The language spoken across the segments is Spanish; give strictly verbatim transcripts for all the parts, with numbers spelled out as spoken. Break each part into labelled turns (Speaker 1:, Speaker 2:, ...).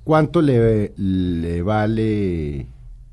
Speaker 1: ¿Cuánto le, le vale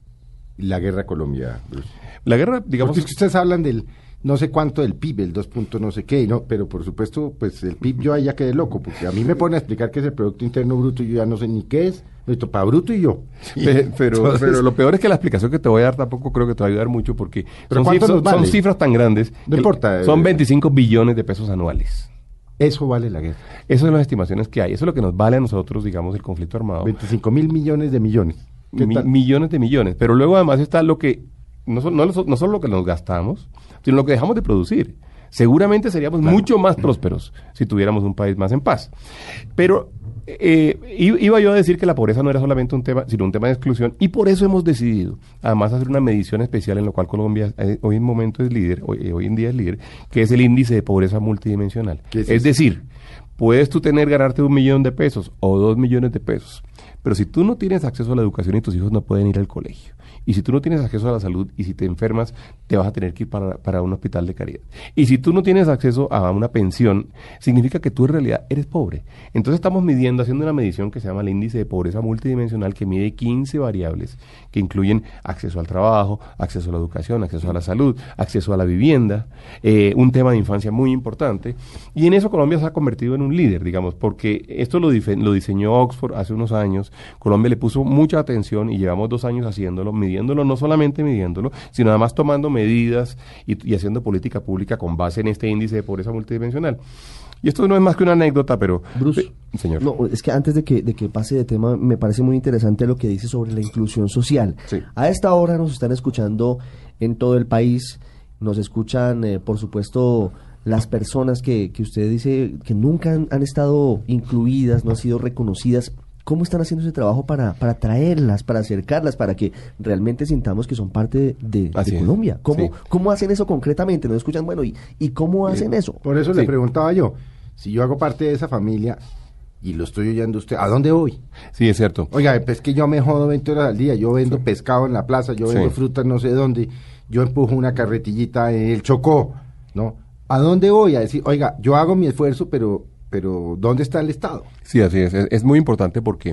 Speaker 1: la guerra a Colombia, Bruce?
Speaker 2: La guerra, digamos...
Speaker 1: Porque es que ustedes hablan del no sé cuánto del P I B, el dos punto no sé qué, no, pero por supuesto, pues el P I B yo ahí ya quedé loco, porque a mí me pone a explicar qué es el Producto Interno Bruto y yo ya no sé ni qué es, esto para Bruto y yo.
Speaker 2: Pe- Pero, Entonces, pero lo peor es que la explicación que te voy a dar tampoco creo que te va a ayudar mucho, porque
Speaker 1: ¿pero
Speaker 2: son,
Speaker 1: cuánto
Speaker 2: cifras,
Speaker 1: nos vale?
Speaker 2: son cifras tan grandes.
Speaker 1: No importa.
Speaker 2: Son
Speaker 1: eh,
Speaker 2: veinticinco billones de pesos anuales.
Speaker 1: Eso vale la guerra.
Speaker 2: Esas son las estimaciones que hay. Eso es lo que nos vale a nosotros, digamos, el conflicto armado.
Speaker 1: veinticinco mil millones de millones. ¿Qué
Speaker 2: Mi-
Speaker 1: tal?
Speaker 2: millones de millones. Pero luego además está lo que, no, so- no, lo- no solo lo que nos gastamos, sino lo que dejamos de producir. Seguramente seríamos
Speaker 1: Claro.
Speaker 2: mucho más prósperos si tuviéramos un país más en paz. Pero eh, i- iba yo a decir que la pobreza no era solamente un tema, sino un tema de exclusión, y por eso hemos decidido, además, hacer una medición especial en la cual Colombia eh, hoy en momento es líder, hoy, eh, hoy en día es líder, que es el índice de pobreza multidimensional.
Speaker 1: ¿Qué es
Speaker 2: Es
Speaker 1: eso?
Speaker 2: decir, puedes tú tener, ganarte un millón de pesos o dos millones de pesos, pero si tú no tienes acceso a la educación y tus hijos no pueden ir al colegio, y si tú no tienes acceso a la salud y si te enfermas, te vas a tener que ir para, para un hospital de caridad. Y si tú no tienes acceso a una pensión, significa que tú en realidad eres pobre. Entonces estamos midiendo, haciendo una medición que se llama el índice de pobreza multidimensional, que mide quince variables, que incluyen acceso al trabajo, acceso a la educación, acceso a la salud, acceso a la vivienda, eh, un tema de infancia muy importante. Y en eso Colombia se ha convertido en un líder, digamos, porque esto lo, dife- lo diseñó Oxford hace unos años. Colombia le puso mucha atención y llevamos dos años haciéndolo, midiéndolo, no solamente midiéndolo, sino además tomando medidas y, y haciendo política pública con base en este índice de pobreza multidimensional. Y esto no es más que una anécdota, pero...
Speaker 3: Bruce,
Speaker 2: eh, señor.
Speaker 3: no, es que antes de que, de que pase de tema, me parece muy interesante lo que dice sobre la inclusión social.
Speaker 2: Sí.
Speaker 3: A esta hora nos están escuchando en todo el país, nos escuchan, eh, por supuesto, las personas que, que usted dice que nunca han, han estado incluidas, no han sido reconocidas. ¿Cómo están haciendo ese trabajo para, para traerlas, para acercarlas, para que realmente sintamos que son parte de,
Speaker 2: Así
Speaker 3: de
Speaker 2: es,
Speaker 3: Colombia? ¿Cómo,
Speaker 2: sí.
Speaker 3: ¿Cómo hacen eso concretamente? Nos escuchan, bueno, ¿y, y cómo hacen eso?
Speaker 1: Por eso
Speaker 2: Sí.
Speaker 1: le preguntaba yo, si yo hago parte de esa familia y lo estoy oyendo a usted, ¿a dónde voy?
Speaker 2: Sí, es cierto.
Speaker 1: Oiga, pues que yo me jodo veinte horas al día, yo vendo
Speaker 2: Sí.
Speaker 1: pescado en la plaza, yo
Speaker 2: Sí.
Speaker 1: vendo frutas no sé dónde, yo empujo una carretillita en el Chocó, ¿no? ¿A dónde voy? A decir, oiga, yo hago mi esfuerzo, pero, pero ¿dónde está el Estado?
Speaker 2: Sí, así es. Es, es muy importante porque...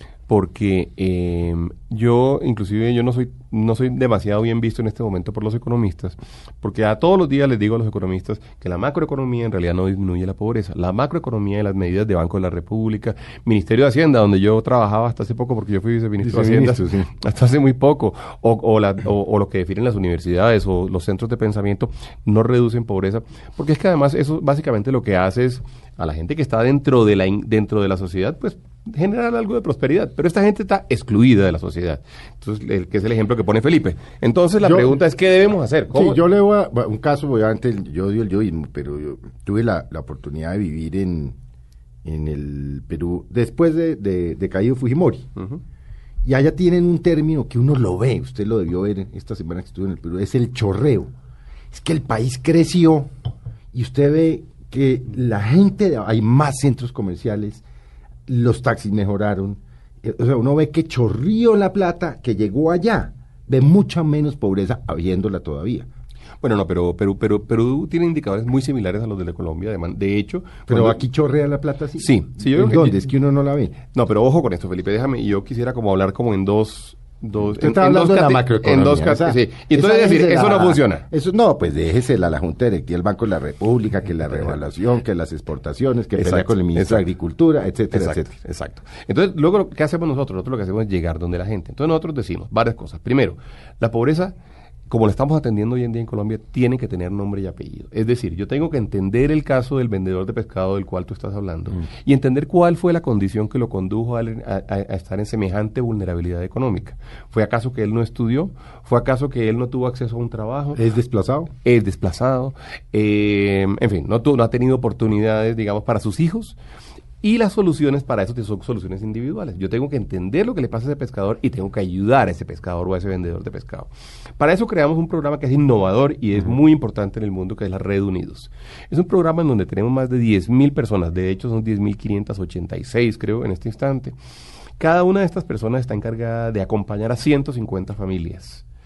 Speaker 2: porque eh, yo, inclusive, yo no soy no soy demasiado bien visto en este momento por los economistas, porque a todos los días les digo a los economistas que la macroeconomía en realidad no disminuye la pobreza. La macroeconomía y las medidas de Banco de la República, Ministerio de Hacienda, donde yo trabajaba hasta hace poco, porque yo fui viceministro de Hacienda,
Speaker 1: Viceministro, sí.
Speaker 2: hasta hace muy poco, o, o, la, o, o lo que definen las universidades o los centros de pensamiento, no reducen pobreza, porque es que además eso básicamente lo que hace es a la gente que está dentro de la in- dentro de la sociedad, pues generar algo de prosperidad, pero esta gente está excluida de la sociedad. Entonces, el, que es el ejemplo que pone Felipe. Entonces, la
Speaker 1: Yo-
Speaker 2: pregunta es, ¿qué debemos hacer? ¿Cómo?
Speaker 1: Sí, yo le voy a, bueno, un caso, obviamente, el- yo odio el yoísmo, pero yo tuve la, la oportunidad de vivir en, en el Perú después de, de, de caído Fujimori.
Speaker 2: Ujú.
Speaker 1: Y allá tienen un término que uno lo ve, usted lo debió ver esta semana que estuve en el Perú, es el chorreo. Es que el país creció y usted ve que la gente, hay más centros comerciales, los taxis mejoraron, eh, o sea, uno ve que chorrió la plata que llegó allá, ve mucha menos pobreza habiéndola todavía.
Speaker 2: Bueno, no, pero Perú, Perú, Perú tiene indicadores muy similares a los de la Colombia. De, man- de hecho,
Speaker 1: Pero
Speaker 2: cuando-
Speaker 1: aquí chorrea la plata así.
Speaker 2: Sí, sí, yo creo
Speaker 1: ¿En
Speaker 2: que-
Speaker 1: dónde? Es que uno no la ve.
Speaker 2: No, pero ojo con esto, Felipe, déjame, yo quisiera como hablar como en dos... dos
Speaker 1: Usted está hablando
Speaker 2: dos
Speaker 1: de la
Speaker 2: cate-
Speaker 1: macroeconomía.
Speaker 2: En dos
Speaker 1: o
Speaker 2: cate-
Speaker 1: sea,
Speaker 2: sí. Y entonces
Speaker 1: esa
Speaker 2: decir,
Speaker 1: déjesela
Speaker 2: eso no
Speaker 1: a-
Speaker 2: funciona.
Speaker 1: Eso no, pues déjesela a la Junta Directiva del Banco de la República, que la revaluación, que las exportaciones, que pelea
Speaker 2: Exacto,
Speaker 1: con el ministro de
Speaker 2: exacto.
Speaker 1: Agricultura, etcétera,
Speaker 2: Exacto,
Speaker 1: etcétera.
Speaker 2: exacto. Entonces, luego, lo- ¿qué hacemos nosotros? Nosotros lo que hacemos es llegar donde la gente. Entonces, nosotros decimos varias cosas. Primero, la pobreza, como la estamos atendiendo hoy en día en Colombia, tiene que tener nombre y apellido. Es decir, yo tengo que entender el caso del vendedor de pescado del cual tú estás hablando
Speaker 1: Mm.
Speaker 2: y entender cuál fue la condición que lo condujo a, a- a estar en semejante vulnerabilidad económica. ¿Fue acaso que él no estudió? ¿Fue acaso que él no tuvo acceso a un trabajo?
Speaker 1: ¿Es desplazado?
Speaker 2: Es desplazado, eh, en fin, no, tu- no ha tenido oportunidades, digamos, para sus hijos. Y las soluciones para eso son soluciones individuales. Yo tengo que entender lo que le pasa a ese pescador y tengo que ayudar a ese pescador o a ese vendedor de pescado. Para eso creamos un programa que es innovador y es muy importante en el mundo, que es la Red Unidos. Es un programa en donde tenemos más de diez mil personas, de hecho son diez mil quinientas ochenta y seis creo en este instante. Cada una de estas personas está encargada de acompañar a ciento cincuenta familias.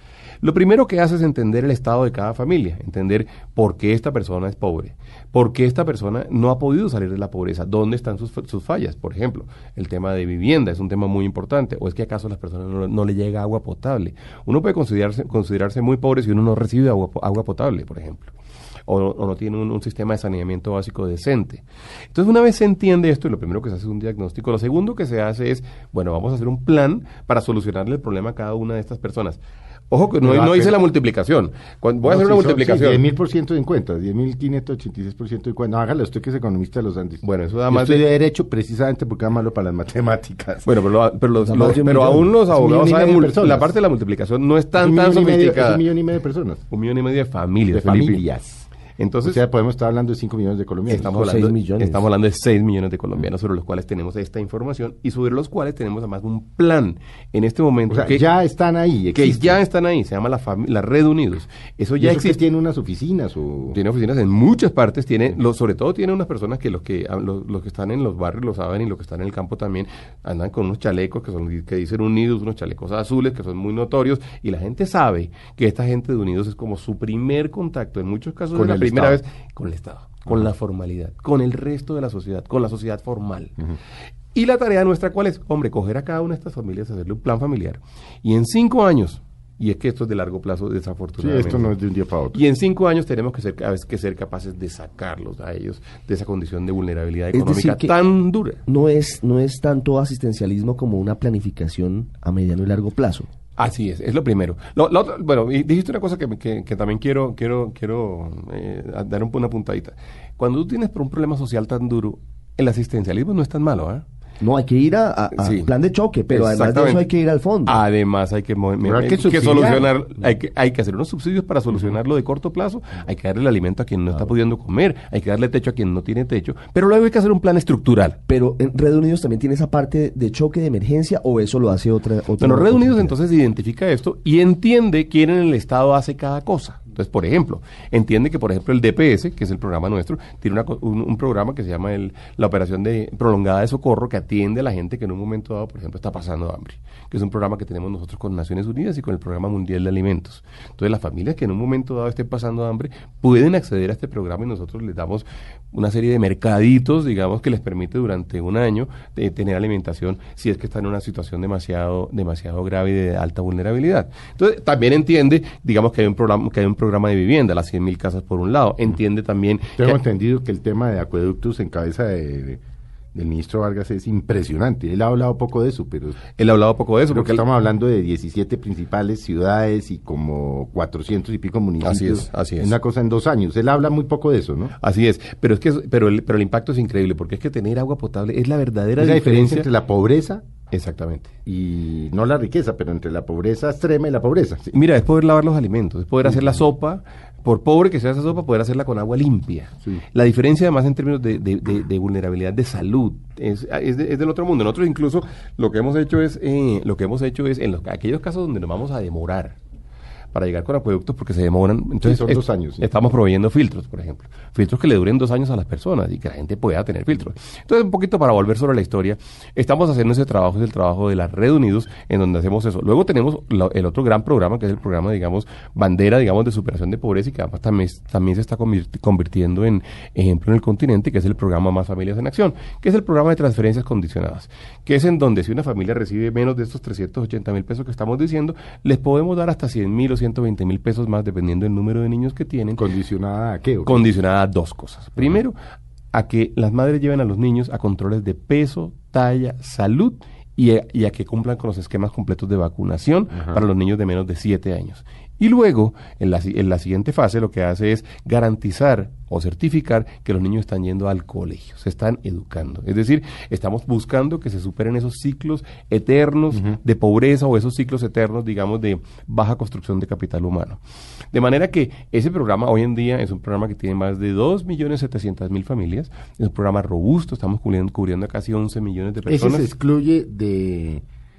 Speaker 2: Lo primero que hace es entender el estado de cada familia, entender por qué esta persona es pobre, por qué esta persona no ha podido salir de la pobreza, dónde están sus, sus fallas. Por ejemplo, el tema de vivienda es un tema muy importante, o es que acaso a las personas no, no le llega agua potable. Uno puede considerarse, considerarse muy pobre si uno no recibe agua, agua potable, por ejemplo. O, o no tiene un, un sistema de saneamiento básico decente. Entonces, una vez se entiende esto, y lo primero que se hace es un diagnóstico, lo segundo que se hace es, bueno, vamos a hacer un plan para solucionarle el problema a cada una de estas personas. Ojo que no, no hice la multiplicación. Cuando, voy no, a hacer sí, una multiplicación.
Speaker 1: diez mil por ciento en cuentas, diez mil quinientos ochenta y seis por ciento en cuentas. No, hágalo usted que es economista de los Andes.
Speaker 2: Bueno, eso da
Speaker 1: Yo
Speaker 2: más
Speaker 1: estoy
Speaker 2: de...
Speaker 1: de derecho precisamente porque es malo para las matemáticas.
Speaker 2: Bueno, pero, lo, pero, los, los, pero aún los abogados saben, la parte de la multiplicación no es tan, tan sofisticada.
Speaker 1: Es un millón y medio de personas.
Speaker 2: Un millón y medio de familias.
Speaker 1: De familias.
Speaker 2: Entonces,
Speaker 1: o sea, podemos estar hablando de cinco millones de colombianos.
Speaker 2: Estamos hablando, millones. estamos hablando de seis millones de colombianos sobre los cuales tenemos esta información y sobre los cuales tenemos además un plan en este momento.
Speaker 1: O sea,
Speaker 2: que
Speaker 1: ya están ahí.
Speaker 2: Existen. Que ya están ahí, se llama la, la Red Unidos. Eso ya
Speaker 1: eso
Speaker 2: existe.
Speaker 1: Que tiene unas oficinas. O...
Speaker 2: Tiene oficinas en muchas partes, tiene, lo, sobre todo tiene unas personas que los que los, los que están en los barrios lo saben y los que están en el campo también andan con unos chalecos que son que dicen Unidos, unos chalecos azules que son muy notorios y la gente sabe que esta gente de Unidos es como su primer contacto, en muchos casos es la primera vez con el Estado, con uh-huh. la formalidad, con el resto de la sociedad, con la sociedad formal. Uh-huh. Y la tarea nuestra, ¿cuál es? Hombre, coger a cada una de estas familias, hacerle un plan familiar. Y en cinco años, y es que esto es de largo plazo, desafortunadamente.
Speaker 1: Sí, esto no es de un día para otro.
Speaker 2: Y en cinco años tenemos que ser, que ser capaces de sacarlos a ellos de esa condición de vulnerabilidad económica tan dura.
Speaker 3: No es, no es tanto asistencialismo como una planificación a mediano y largo plazo.
Speaker 2: Así es, es lo primero. Lo, lo otro, bueno, y dijiste una cosa que, que, que también quiero quiero quiero eh, dar un, una puntadita. Cuando tú tienes un problema social tan duro, el asistencialismo no es tan malo, ¿eh?
Speaker 3: No, hay que ir a, a, a sí. plan de choque, pero además de eso hay que ir al fondo.
Speaker 2: Además hay que, me, hay que, que solucionar, hay que, hay que hacer unos subsidios para solucionarlo de corto plazo, hay que darle el alimento a quien no claro. está pudiendo comer, hay que darle techo a quien no tiene techo, pero luego hay que hacer un plan estructural.
Speaker 3: Pero en Red Unidos también tiene esa parte de choque de emergencia o eso lo hace otra... otra
Speaker 2: bueno, Red Unidos entonces identifica esto y entiende quién en el Estado hace cada cosa. Entonces, por ejemplo, entiende que, por ejemplo, el D P S, que es el programa nuestro, tiene una, un, un programa que se llama el, la Operación de Prolongada de Socorro, que atiende a la gente que en un momento dado, por ejemplo, está pasando hambre, que es un programa que tenemos nosotros con Naciones Unidas y con el Programa Mundial de Alimentos. Entonces, las familias que en un momento dado estén pasando hambre pueden acceder a este programa y nosotros les damos una serie de mercaditos, digamos, que les permite durante un año de tener alimentación si es que están en una situación demasiado, demasiado grave y de alta vulnerabilidad. Entonces, también entiende, digamos, que hay un programa, que hay un programa de vivienda, las cien mil casas por un lado. Entiende también...
Speaker 1: Tengo
Speaker 2: que,
Speaker 1: entendido que el tema de acueductos en cabeza de, de, del ministro Vargas es impresionante. Él ha hablado poco de eso, pero...
Speaker 2: Él ha hablado poco de eso.
Speaker 1: Porque estamos él, hablando de diecisiete principales ciudades y como cuatrocientos y pico municipios.
Speaker 2: Así es, así es.
Speaker 1: Una cosa en dos años. Él habla muy poco de eso, ¿no?
Speaker 2: Así es. Pero es que pero el, pero el impacto es increíble, porque es que tener agua potable es la verdadera
Speaker 1: es la
Speaker 2: diferencia...
Speaker 1: diferencia entre la pobreza...
Speaker 2: Exactamente.
Speaker 1: Y no la riqueza, pero entre la pobreza extrema y la pobreza.
Speaker 2: Sí. Mira, es poder lavar los alimentos, es poder sí. hacer la sopa, por pobre que sea esa sopa, poder hacerla con agua limpia. Sí. La diferencia además en términos de, de, de, de vulnerabilidad de salud es, es, de, es del otro mundo. Nosotros incluso lo que hemos hecho es, eh, lo que hemos hecho es en los, aquellos casos donde nos vamos a demorar para llegar con acueductos porque se demoran. Entonces,
Speaker 1: sí, son
Speaker 2: es,
Speaker 1: dos años. Sí.
Speaker 2: Estamos proveyendo filtros, por ejemplo. Filtros que le duren dos años a las personas y que la gente pueda tener filtros. Entonces, un poquito para volver sobre la historia, estamos haciendo ese trabajo, es el trabajo de la Red Unidos, en donde hacemos eso. Luego tenemos la, el otro gran programa, que es el programa, digamos, bandera, digamos, de superación de pobreza y que además también, también se está convirtiendo en ejemplo en el continente, que es el programa Más Familias en Acción, que es el programa de transferencias condicionadas, que es en donde si una familia recibe menos de estos trescientos ochenta mil pesos que estamos diciendo, les podemos dar hasta cien mil o ciento veinte mil pesos más, dependiendo del número de niños que tienen.
Speaker 1: ¿Condicionada a qué? ¿O qué?
Speaker 2: Condicionada a dos cosas. Primero, uh-huh. a que las madres lleven a los niños a controles de peso, talla, salud y a, y a que cumplan con los esquemas completos de vacunación uh-huh. para los niños de menos de siete años. Y luego, en la, en la siguiente fase, lo que hace es garantizar o certificar que los niños están yendo al colegio, se están educando. Es decir, estamos buscando que se superen esos ciclos eternos uh-huh. de pobreza o esos ciclos eternos, digamos, de baja construcción de capital humano. De manera que ese programa hoy en día es un programa que tiene más de dos millones setecientas mil familias, es un programa robusto, estamos cubriendo, cubriendo a casi once millones de personas.
Speaker 1: ¿Ese se excluye de,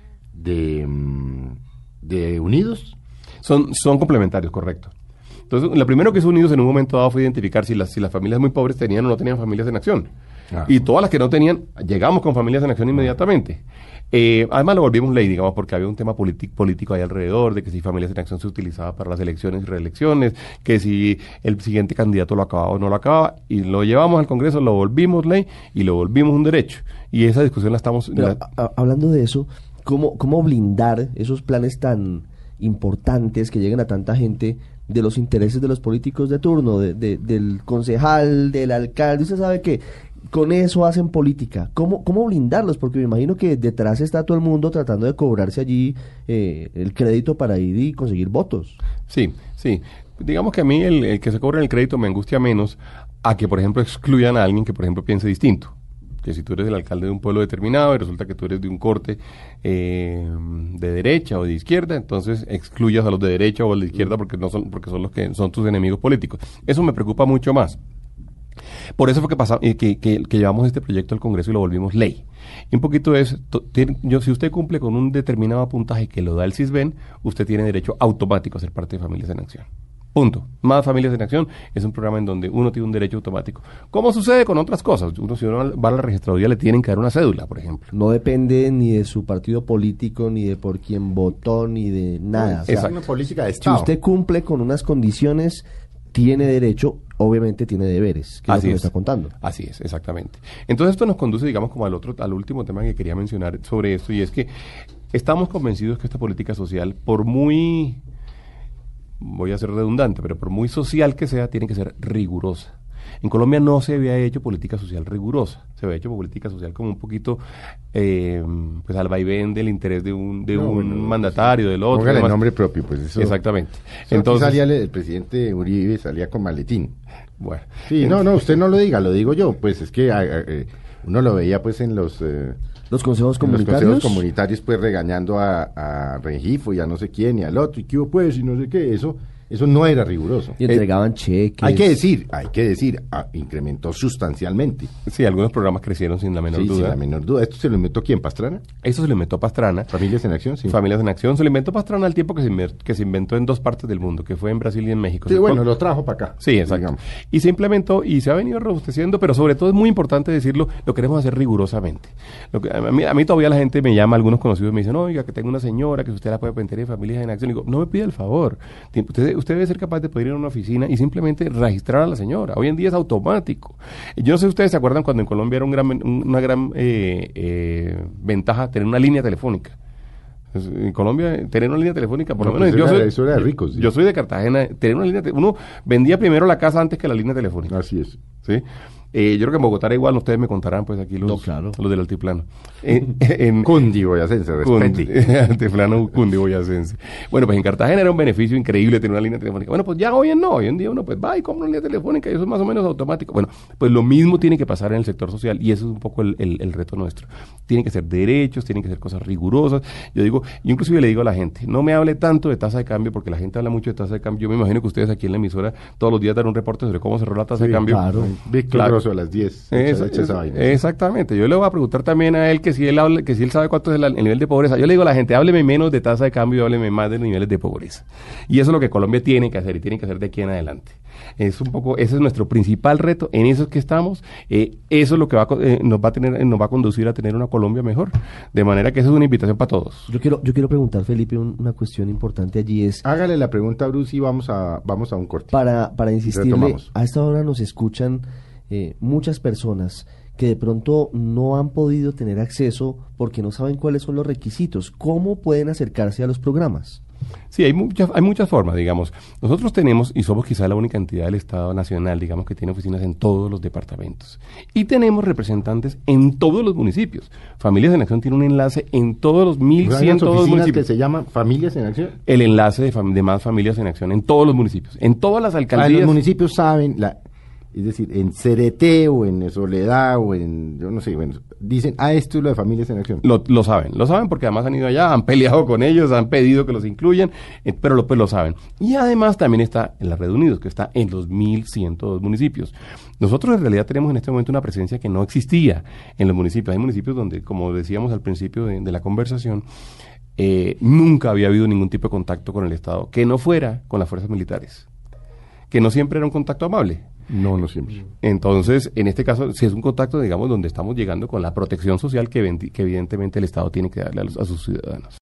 Speaker 1: de, de Unidos?
Speaker 2: Son, son complementarios, correcto. Entonces, lo primero que hizo Unidos en un momento dado fue identificar si las, si las familias muy pobres tenían o no tenían familias en acción.
Speaker 1: Ah.
Speaker 2: Y todas las que no tenían, llegamos con Familias en Acción inmediatamente. Eh, además lo volvimos ley, digamos, porque había un tema politi- político ahí alrededor, de que si Familias en Acción se utilizaba para las elecciones y reelecciones, que si el siguiente candidato lo acababa o no lo acababa, y lo llevamos al Congreso, lo volvimos ley y lo volvimos un derecho. Y esa discusión la estamos...
Speaker 3: Pero,
Speaker 2: la-
Speaker 3: a- a- hablando de eso, ¿cómo, ¿cómo blindar esos planes tan importantes que lleguen a tanta gente de los intereses de los políticos de turno, de, de- del concejal, del alcalde? Usted sabe que con eso hacen política. ¿Cómo, ¿Cómo blindarlos? Porque me imagino que detrás está todo el mundo tratando de cobrarse allí eh, el crédito para ir y conseguir votos.
Speaker 2: Sí, sí. Digamos que a mí el, el que se cobra el crédito me angustia menos a que, por ejemplo, excluyan a alguien que, por ejemplo, piense distinto. Que si tú eres el alcalde de un pueblo determinado y resulta que tú eres de un corte eh, de derecha o de izquierda, entonces excluyas a los de derecha o a los de izquierda porque no son porque son los que son tus enemigos políticos. Eso me preocupa mucho más. Por eso fue que, pasa, eh, que, que, que llevamos este proyecto al Congreso y lo volvimos ley. Y un poquito es, to, tiene, yo, si usted cumple con un determinado puntaje que lo da el CISBEN, usted tiene derecho automático a ser parte de Familias en Acción. Punto. Más Familias en Acción es un programa en donde uno tiene un derecho automático. ¿Cómo sucede con otras cosas? Uno, si uno va a la registraduría, le tienen que dar una cédula, por ejemplo.
Speaker 3: No depende ni de su partido político, ni de por quién votó, ni de nada. O sea,
Speaker 1: Es una política de
Speaker 3: si
Speaker 1: Estado.
Speaker 3: usted cumple con unas condiciones, tiene derecho, obviamente tiene deberes, que es lo que me está contando.
Speaker 2: Así es, exactamente. Entonces esto nos conduce, digamos, como al otro, al último tema que quería mencionar sobre esto, y es que estamos convencidos que esta política social, por muy, voy a ser redundante, pero por muy social que sea, tiene que ser rigurosa. En Colombia no se había hecho política social rigurosa, se había hecho política social como un poquito eh, pues al vaivén del interés de un, de
Speaker 1: No,
Speaker 2: un
Speaker 1: bueno,
Speaker 2: mandatario, del otro.
Speaker 1: Póngale
Speaker 2: demás.
Speaker 1: nombre propio, pues eso.
Speaker 2: Exactamente.
Speaker 1: Eso
Speaker 2: Entonces,
Speaker 1: aquí salía el, el presidente Uribe, salía con maletín.
Speaker 2: bueno.
Speaker 1: Sí, no, no, usted no lo diga, lo digo yo, pues es que a- a- eh, uno lo veía pues en los... eh,
Speaker 3: Los consejos
Speaker 1: en los
Speaker 3: comunitarios.
Speaker 1: consejos comunitarios pues regañando a, a Rengifo y a no sé quién y al otro, y qué hubo pues y no sé qué, eso eso no era riguroso.
Speaker 3: Y entregaban cheques.
Speaker 1: Hay que decir, hay que decir, ah, incrementó sustancialmente.
Speaker 2: Sí, algunos programas crecieron sin la menor
Speaker 1: Sí,
Speaker 2: duda.
Speaker 1: sin la menor duda. ¿Esto se lo inventó quién, Pastrana?
Speaker 2: Eso se lo inventó Pastrana.
Speaker 1: Familias en Acción, sí.
Speaker 2: Familias en Acción. Se lo inventó Pastrana al tiempo que se, inver- que se inventó en dos partes del mundo, que fue en Brasil y en México.
Speaker 1: Sí,
Speaker 2: Se-
Speaker 1: bueno, lo trajo para acá.
Speaker 2: Sí, exacto.
Speaker 1: digamos.
Speaker 2: Y se implementó y se ha venido robusteciendo, pero sobre todo es muy importante decirlo, lo queremos hacer rigurosamente. Lo que, a, mí, a mí todavía la gente me llama, algunos conocidos me dicen, oiga, que tengo una señora que usted la puede meter en Familias en Acción. Y digo, no me pida el favor. Tiem- Usted, usted debe ser capaz de poder ir a una oficina y simplemente registrar a la señora. Hoy en día es automático. Yo no sé si ustedes se acuerdan cuando en Colombia era un gran, una gran eh, eh, ventaja tener una línea telefónica. Pues, en Colombia, tener una línea telefónica, por
Speaker 1: No,
Speaker 2: lo menos
Speaker 1: pues
Speaker 2: yo
Speaker 1: eso
Speaker 2: soy,
Speaker 1: era- eso era de ricos, sí.
Speaker 2: yo soy de Cartagena, tener una línea, te- uno vendía primero la casa antes que la línea telefónica.
Speaker 1: Así es.
Speaker 2: ¿Sí? Eh, yo creo que en Bogotá era igual, ustedes me contarán, pues aquí los,
Speaker 3: No, claro.
Speaker 2: los del altiplano. En, en
Speaker 1: Cundiboyacense, respete.
Speaker 2: Cundi, altiplano cundiboyacense. Bueno, pues en Cartagena era un beneficio increíble tener una línea telefónica. Bueno, pues ya hoy en no, hoy en día uno pues va y compra una línea telefónica y eso es más o menos automático. Bueno, pues lo mismo tiene que pasar en el sector social y eso es un poco el, el, el reto nuestro. Tienen que ser derechos, tienen que ser cosas rigurosas. Yo digo, yo inclusive le digo a la gente, no me hable tanto de tasa de cambio porque la gente habla mucho de tasa de cambio. Yo me imagino que ustedes aquí en la emisora todos los días dan un reporte sobre cómo cerró la tasa
Speaker 1: Sí,
Speaker 2: de cambio.
Speaker 3: claro.
Speaker 1: Víctor
Speaker 2: Claro.
Speaker 1: Grosso a las diez.
Speaker 2: Esa-
Speaker 1: Echa- echa esa
Speaker 2: esa-
Speaker 1: vaina.
Speaker 2: exactamente. Yo le voy a preguntar también a él que si él habla, que si él sabe cuánto es el, el nivel de pobreza. Yo le digo a la gente, hábleme menos de tasa de cambio y hábleme más de los niveles de pobreza. Y eso es lo que Colombia tiene que hacer y tiene que hacer de aquí en adelante. Es un poco, ese es nuestro principal reto, en eso es que estamos. Eh, eso es lo que va a co- eh, nos va a tener, eh, nos va a conducir a tener una Colombia mejor. De manera que eso es una invitación para todos.
Speaker 3: Yo quiero, yo quiero preguntar, Felipe, un- una cuestión importante allí es,
Speaker 1: Hágale la pregunta a Bruce y vamos a, vamos a un corte.
Speaker 3: para, para insistirle,
Speaker 1: Retomamos.
Speaker 3: a esta hora nos escuchan eh, muchas personas que de pronto no han podido tener acceso porque no saben cuáles son los requisitos. ¿Cómo pueden acercarse a los programas?
Speaker 2: Sí, hay muchas, hay muchas formas, digamos. Nosotros tenemos, y somos quizá la única entidad del Estado Nacional, digamos, que tiene oficinas en todos los departamentos. Y tenemos representantes en todos los municipios. Familias en Acción tiene un enlace en todos los mil
Speaker 1: Hay unas
Speaker 2: ciento dos
Speaker 1: oficinas
Speaker 2: municipios.
Speaker 1: que se llaman Familias en Acción.
Speaker 2: El enlace de, fam- de más Familias en Acción en todos los municipios. En todas las
Speaker 1: Ah,
Speaker 2: alcaldías.
Speaker 1: los municipios saben, la, es decir, en Cereté o en Soledad o en, yo no sé, bueno, dicen, ah, esto es lo de Familias en Acción.
Speaker 2: Lo, lo saben, lo saben porque además han ido allá, han peleado con ellos, han pedido que los incluyan, eh, pero lo, pues lo saben. Y además también está en la Red Unidos, que está en los mil ciento dos municipios. Nosotros en realidad tenemos en este momento una presencia que no existía en los municipios. Hay municipios donde, como decíamos al principio de, de la conversación, eh, nunca había habido ningún tipo de contacto con el Estado, que no fuera con las fuerzas militares, que no siempre era un contacto amable.
Speaker 1: No, no siempre.
Speaker 2: Entonces, en este caso, si es un contacto, digamos, donde estamos llegando con la protección social que, que evidentemente el Estado tiene que darle a, los, a sus ciudadanos.